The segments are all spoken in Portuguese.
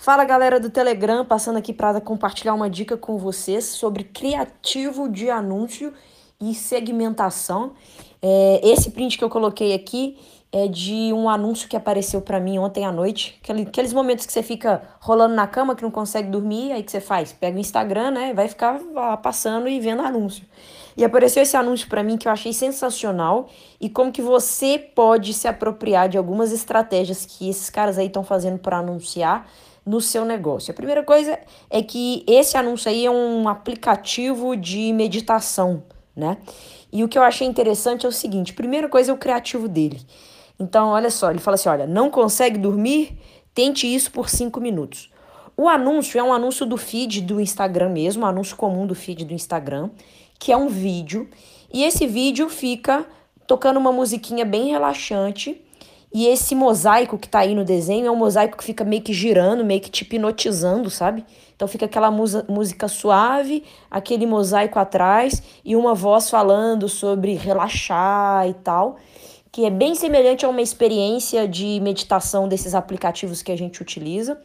Fala galera do Telegram, passando aqui para compartilhar uma dica com vocês sobre criativo de anúncio e segmentação. Esse print que eu coloquei aqui é de um anúncio que apareceu para mim ontem à noite. Aqueles momentos que você fica rolando na cama, que não consegue dormir, aí que você faz? Pega o Instagram, né? E vai ficar passando e vendo anúncio. E apareceu esse anúncio para mim que eu achei sensacional e como que você pode se apropriar de algumas estratégias que esses caras aí estão fazendo para anunciar no seu negócio. A primeira coisa é que esse anúncio aí é um aplicativo de meditação, né? E o que eu achei interessante é o seguinte: primeira coisa é o criativo dele. Então, olha só, ele fala assim: olha, não consegue dormir? Tente isso por 5 minutos. O anúncio é um anúncio do feed do Instagram mesmo, um anúncio comum do feed do Instagram, que é um vídeo, e esse vídeo fica tocando uma musiquinha bem relaxante. E esse mosaico que tá aí no desenho é um mosaico que fica meio que girando, meio que te hipnotizando, sabe? Então fica aquela música suave, aquele mosaico atrás e uma voz falando sobre relaxar e tal, que é bem semelhante a uma experiência de meditação desses aplicativos que a gente utiliza.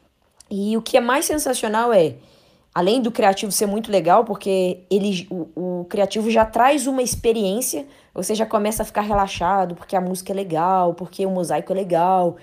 E o que é mais sensacional é, além do criativo ser muito legal, porque o criativo já traz uma experiência, você já começa a ficar relaxado, porque a música é legal, porque o mosaico é legal.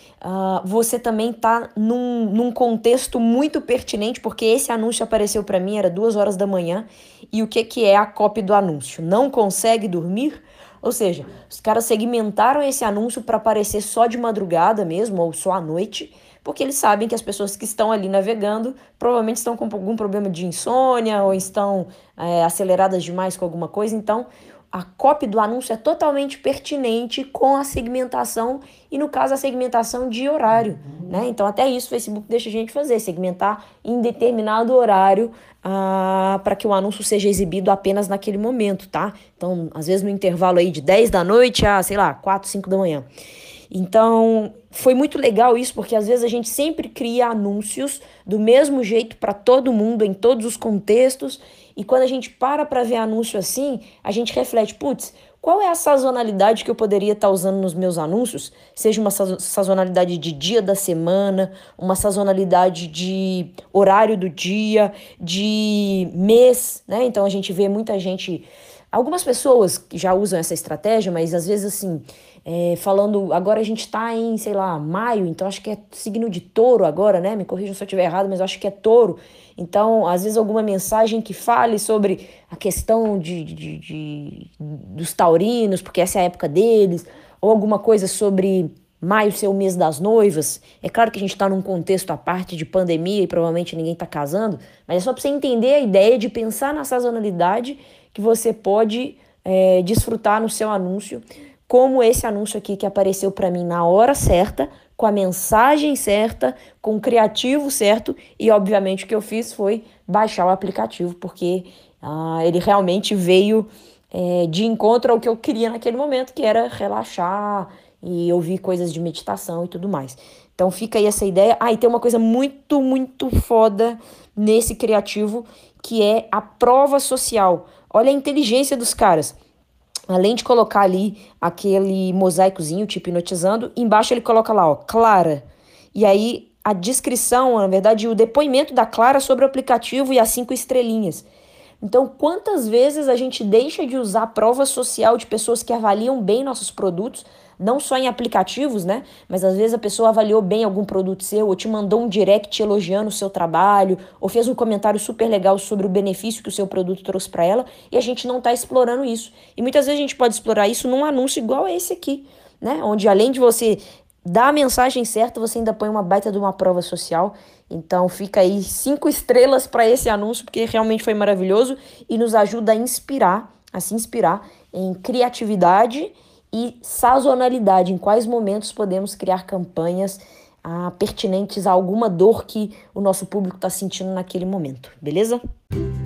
Você também tá num contexto muito pertinente, porque esse anúncio apareceu para mim, era 2 horas da manhã, e o que é a copy do anúncio? Não consegue dormir? Ou seja, os caras segmentaram esse anúncio para aparecer só de madrugada mesmo, ou só à noite, porque eles sabem que as pessoas que estão ali navegando provavelmente estão com algum problema de insônia ou estão aceleradas demais com alguma coisa. Então, a copy do anúncio é totalmente pertinente com a segmentação e, no caso, a segmentação de horário, né? Então, até isso o Facebook deixa a gente fazer, segmentar em determinado horário para que o anúncio seja exibido apenas naquele momento, tá? Então, às vezes no intervalo aí de 10 da noite a, sei lá, 4, 5 da manhã. Então, foi muito legal isso, porque às vezes a gente sempre cria anúncios do mesmo jeito para todo mundo, em todos os contextos, e quando a gente para ver anúncio assim, a gente reflete, putz, qual é a sazonalidade que eu poderia estar usando nos meus anúncios? Seja uma sazonalidade de dia da semana, uma sazonalidade de horário do dia, de mês, né? Então a gente vê muita gente, algumas pessoas que já usam essa estratégia, mas às vezes assim, falando, agora a gente tá em, sei lá, maio, então acho que é signo de touro agora, né? Me corrijam se eu estiver errado, mas eu acho que é touro. Então, às vezes alguma mensagem que fale sobre a questão dos taurinos, porque essa é a época deles, ou alguma coisa sobre maio ser o mês das noivas. É claro que a gente tá num contexto à parte de pandemia e provavelmente ninguém tá casando, mas é só pra você entender a ideia de pensar na sazonalidade que você pode desfrutar no seu anúncio, como esse anúncio aqui que apareceu para mim na hora certa, com a mensagem certa, com o criativo certo, e obviamente o que eu fiz foi baixar o aplicativo, porque ele realmente veio de encontro ao que eu queria naquele momento, que era relaxar e ouvir coisas de meditação e tudo mais. Então fica aí essa ideia. E tem uma coisa muito, muito foda nesse criativo, que é a prova social. Olha a inteligência dos caras. Além de colocar ali aquele mosaicozinho te hipnotizando, embaixo ele coloca lá, ó, Clara. E aí a descrição, na verdade, o depoimento da Clara sobre o aplicativo e as 5 estrelinhas. Então, quantas vezes a gente deixa de usar prova social de pessoas que avaliam bem nossos produtos, não só em aplicativos, né? Mas às vezes a pessoa avaliou bem algum produto seu, ou te mandou um direct elogiando o seu trabalho, ou fez um comentário super legal sobre o benefício que o seu produto trouxe para ela, e a gente não está explorando isso. E muitas vezes a gente pode explorar isso num anúncio igual a esse aqui, né? Onde além de você dar a mensagem certa, você ainda põe uma baita de uma prova social. Então fica aí 5 estrelas para esse anúncio, porque realmente foi maravilhoso e nos ajuda a se inspirar em criatividade e sazonalidade, em quais momentos podemos criar campanhas pertinentes a alguma dor que o nosso público está sentindo naquele momento, beleza?